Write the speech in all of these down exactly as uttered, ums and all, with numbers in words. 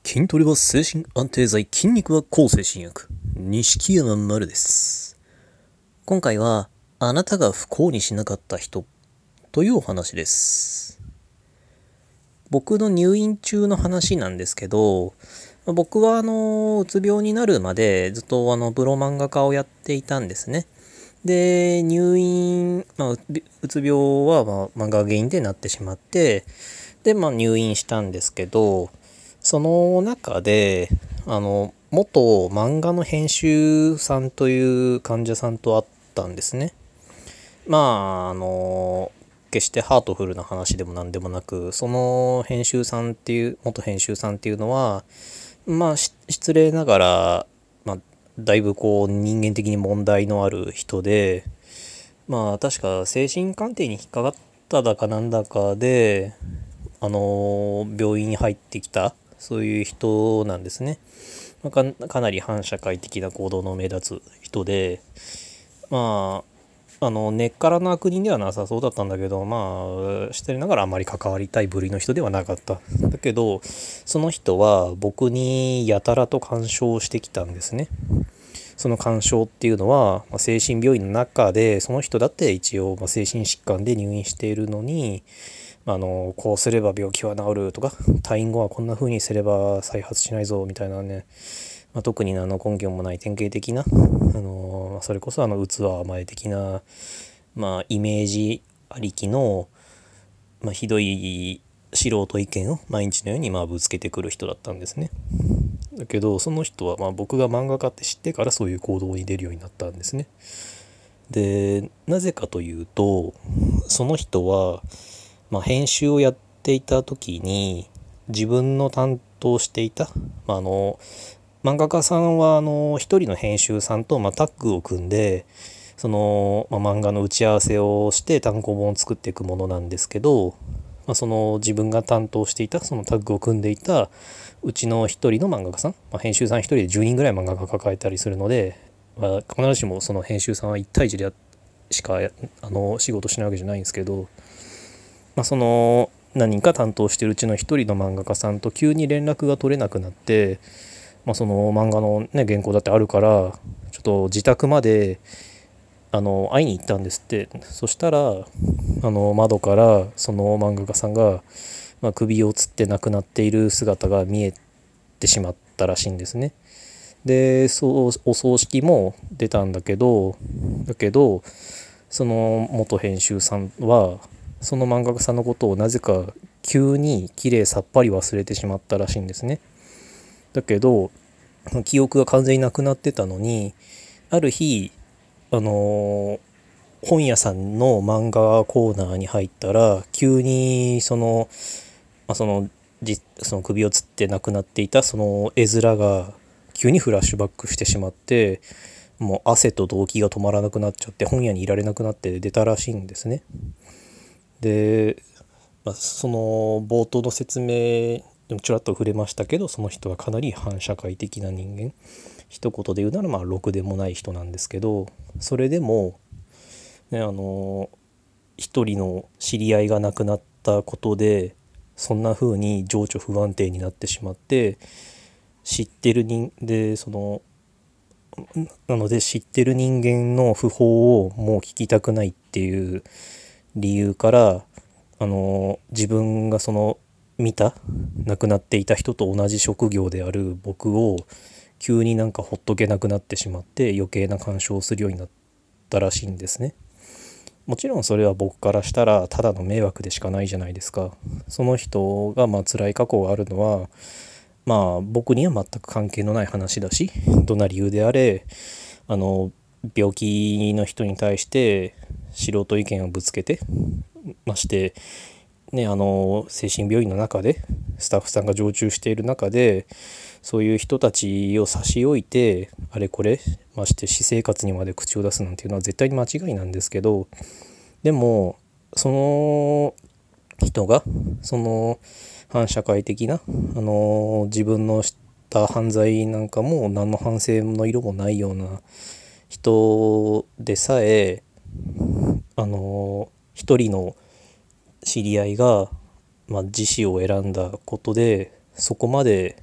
筋トレは精神安定剤、筋肉は抗精神薬。錦山丸です。今回は、あなたが不幸にしなかった人というお話です。僕の入院中の話なんですけど、僕はあの、うつ病になるまでずっとあの、プロ漫画家をやっていたんですね。で、入院、まあ、ううつ病は、まあ、漫画が原因でなってしまって、で、まあ、入院したんですけど、その中で、あの、元漫画の編集さんという患者さんと会ったんですね。まあ、あの、決してハートフルな話でも何でもなく、その編集さんっていう、元編集さんっていうのは、まあ、失礼ながら、まあ、だいぶこう、人間的に問題のある人で、まあ、確か精神鑑定に引っかかっただかなんだかで、あの、病院に入ってきた、そういう人なんですね。かかなり反社会的な行動の目立つ人で、まあ、あの根っからの悪人ではなさそうだったんだけど、まあしてながらあまり関わりたい部類の人ではなかった。だけどその人は僕にやたらと干渉してきたんですね。その干渉っていうのは、まあ、精神病院の中でその人だって一応、まあ、精神疾患で入院しているのに、あのこうすれば病気は治るとか、退院後はこんな風にすれば再発しないぞみたいなね、まあ、特にあの根拠もない典型的な、あのそれこそあの器甘え的な、まあ、イメージありきの、まあ、ひどい素人意見を毎日のようにまあぶつけてくる人だったんですね。だけどその人はまあ僕が漫画家って知ってからそういう行動に出るようになったんですね。でなぜかというと、その人は、まあ、編集をやっていた時に自分の担当していた、まあ、あの漫画家さんはあの一人の編集さんとまあタッグを組んで、その、まあ、漫画の打ち合わせをして単行本を作っていくものなんですけど、まあ、その自分が担当していたそのタッグを組んでいたうちの一人の漫画家さん、まあ、編集さん一人でじゅうにんぐらい漫画家抱えたりするので、まあ、必ずしもその編集さんはいち対いちでしかあの仕事しないわけじゃないんですけど、まあ、その何人か担当してるうちの一人の漫画家さんと急に連絡が取れなくなって、まあ、その漫画の、ね、原稿だってあるからちょっと自宅まであの会いに行ったんですって。そしたらあの窓からその漫画家さんが、まあ、首をつって亡くなっている姿が見えてしまったらしいんですね。でそうお葬式も出たんだけどだけどその元編集さんはその漫画家さんのことをなぜか急にきれいさっぱり忘れてしまったらしいんですね。だけど記憶が完全になくなってたのに、ある日あのー本屋さんの漫画コーナーに入ったら急にその、まあ、そのじその首をつって亡くなっていたその絵面が急にフラッシュバックしてしまって、もう汗と動悸が止まらなくなっちゃって本屋にいられなくなって出たらしいんですね。で、まあ、その冒頭の説明でもちらっと触れましたけど、その人はかなり反社会的な人間、一言で言うならまあろくでもない人なんですけど、それでも、ね、あの一人の知り合いが亡くなったことでそんな風に情緒不安定になってしまって、知ってる人でそのなので知ってる人間の訃報をもう聞きたくないっていう理由から、あの自分がその見た亡くなっていた人と同じ職業である僕を急になんかほっとけなくなってしまって余計な干渉をするようになったらしいんですね。もちろんそれは僕からしたらただの迷惑でしかないじゃないですか。その人がまあ辛い過去があるのはまあ僕には全く関係のない話だし、どんな理由であれあの病気の人に対して素人意見をぶつけて、ましてね、あの精神病院の中でスタッフさんが常駐している中でそういう人たちを差し置いてあれこれまして私生活にまで口を出すなんていうのは絶対に間違いなんですけど、でもその人がその反社会的な、あの自分のした犯罪なんかも何の反省の色もないような人でさえ、あの一人の知り合いが、まあ、自死を選んだことでそこまで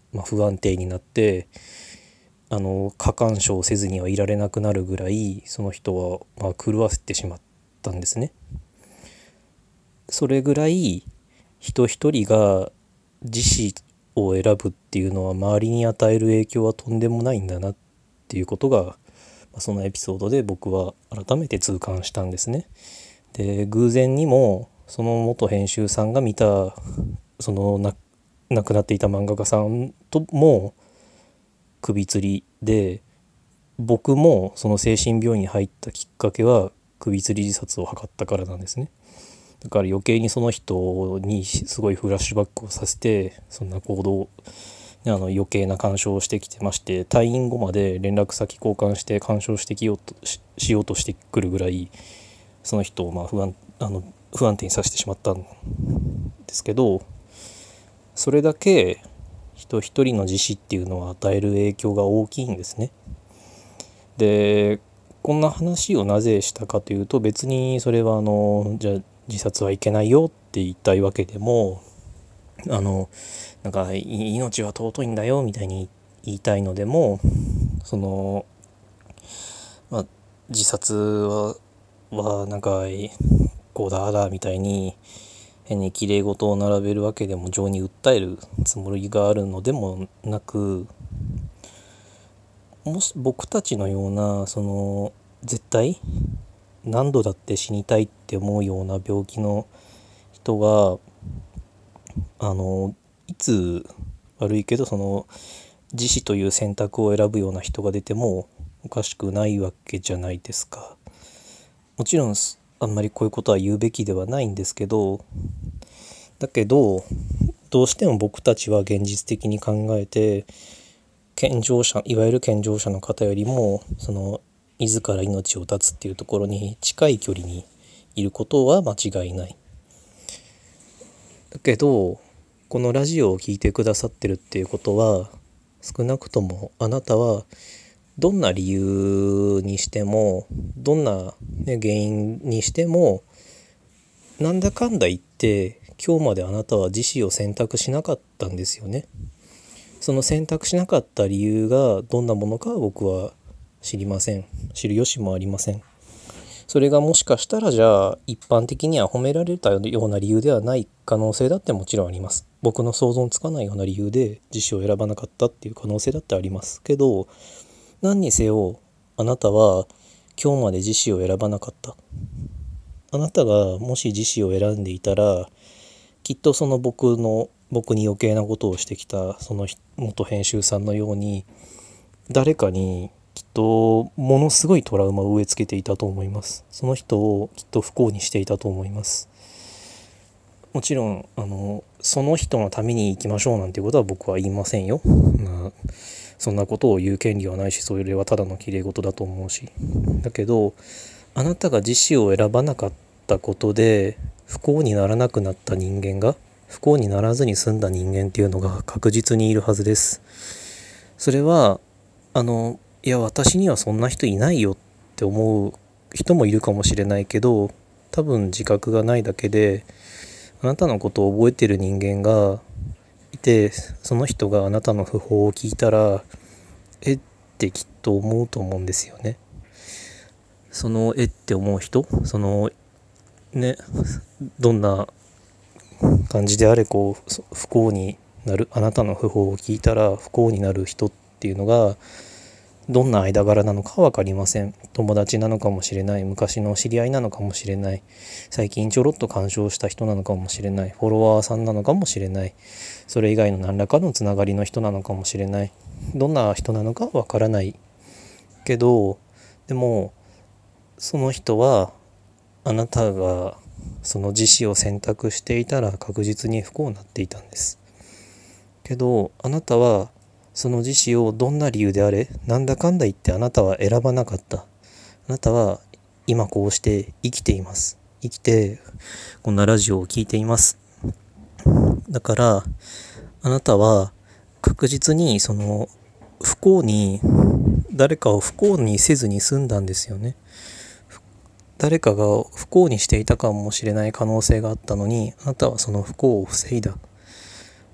まあ、不安定になってあの過干渉せずにはいられなくなるぐらいその人はまあ狂わせてしまったんですね。それぐらい人一人が自死を選ぶっていうのは周りに与える影響はとんでもないんだなっていうことが、まあそのエピソードで僕は改めて痛感したんですね。で偶然にもその元編集さんが見たそのな亡くなっていた漫画家さんとも首吊りで、僕もその精神病院に入ったきっかけは首吊り自殺を図ったからなんですね。だから余計にその人にすごいフラッシュバックをさせて、そんな行動あの余計な干渉をしてきてまして、退院後まで連絡先交換して干渉してきようと し, しようとしてくるぐらいその人をまあ不安あの不安定にさせてしまったんですけど、それだけ人一人の自死っていうのは与える影響が大きいんですね。でこんな話をなぜしたかというと、別にそれはあのじゃあ自殺はいけないよって言いたいわけでも、あのなんか命は尊いんだよみたいに言いたいのでも、その、まあ、自殺ははなんかこうだあだみたいに変に綺麗事を並べるわけでも情に訴えるつもりがあるのでもなく、もし僕たちのようなその絶対何度だって死にたいって思うような病気の人があのいつ悪いけどその自死という選択を選ぶような人が出てもおかしくないわけじゃないですか。もちろんあんまりこういうことは言うべきではないんですけど、だけどどうしても僕たちは現実的に考えて、健常者いわゆる健常者の方よりもその自ら命を絶つっていうところに近い距離にいることは間違いない。だけどこのラジオを聞いてくださってるっていうことは、少なくともあなたはどんな理由にしてもどんな、ね、原因にしてもなんだかんだ言って今日まであなたは自死を選択しなかったんですよね。その選択しなかった理由がどんなものかは僕は知りません。知る由もありません。それがもしかしたらじゃあ一般的には褒められたような理由ではない可能性だってもちろんあります。僕の想像のつかないような理由で自死を選ばなかったっていう可能性だってありますけど、何にせよあなたは今日まで自死を選ばなかった。あなたがもし自死を選んでいたら、きっとその僕の僕に余計なことをしてきたその元編集さんのように誰かにきっとものすごいトラウマを植え付けていたと思います。その人をきっと不幸にしていたと思います。もちろんあのその人のために生きましょうなんていうことは僕は言いませんよ。まあ、そんなことを言う権利はないし、それはただの綺麗事だと思うし。だけどあなたが自死を選ばなかったことで不幸にならなくなった人間が、不幸にならずに済んだ人間っていうのが確実にいるはずです。それはあのいや私にはそんな人いないよって思う人もいるかもしれないけど、多分自覚がないだけで、あなたのことを覚えてる人間がいて、その人があなたの訃報を聞いたらえってきっと思うと思うんですよね。そのえって思う人、そのね、どんな感じであれこう不幸になる、あなたの訃報を聞いたら不幸になる人っていうのがどんな間柄なのか分かりません。友達なのかもしれない、昔の知り合いなのかもしれない、最近ちょろっと干渉した人なのかもしれない、フォロワーさんなのかもしれない、それ以外の何らかのつながりの人なのかもしれない、どんな人なのか分からないけど、でもその人はあなたがその自死を選択していたら確実に不幸になっていたんです。けどあなたはその自死をどんな理由であれなんだかんだ言ってあなたは選ばなかった。あなたは今こうして生きています。生きてこんなラジオを聞いています。だからあなたは確実にその不幸に、誰かを不幸にせずに済んだんですよね。誰かが不幸にしていたかもしれない可能性があったのに、あなたはその不幸を防いだ。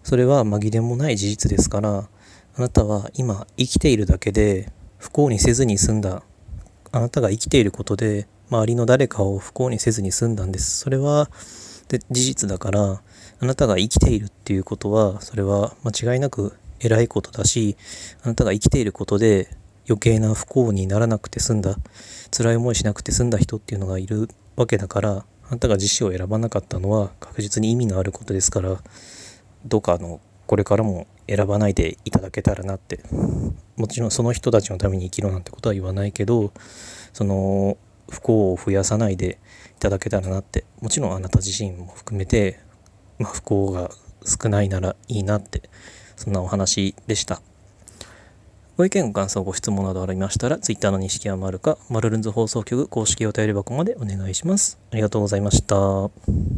それは紛れもない事実ですから、あなたは今生きているだけで不幸にせずに済んだ。あなたが生きていることで周りの誰かを不幸にせずに済んだんです。それはで事実だから、あなたが生きているっていうことは、それは間違いなく偉いことだし、あなたが生きていることで余計な不幸にならなくて済んだ、辛い思いしなくて済んだ人っていうのがいるわけだから、あなたが自死を選ばなかったのは確実に意味のあることですから、どうかあのこれからも選ばないでいただけたらなって。もちろんその人たちのために生きろなんてことは言わないけど、その不幸を増やさないでいただけたらなって。もちろんあなた自身も含めて、まあ、不幸が少ないならいいなって、そんなお話でした。ご意見ご感想ご質問などありましたら Twitter の西山丸かマルルンズ放送局公式お便り箱までお願いします。ありがとうございました。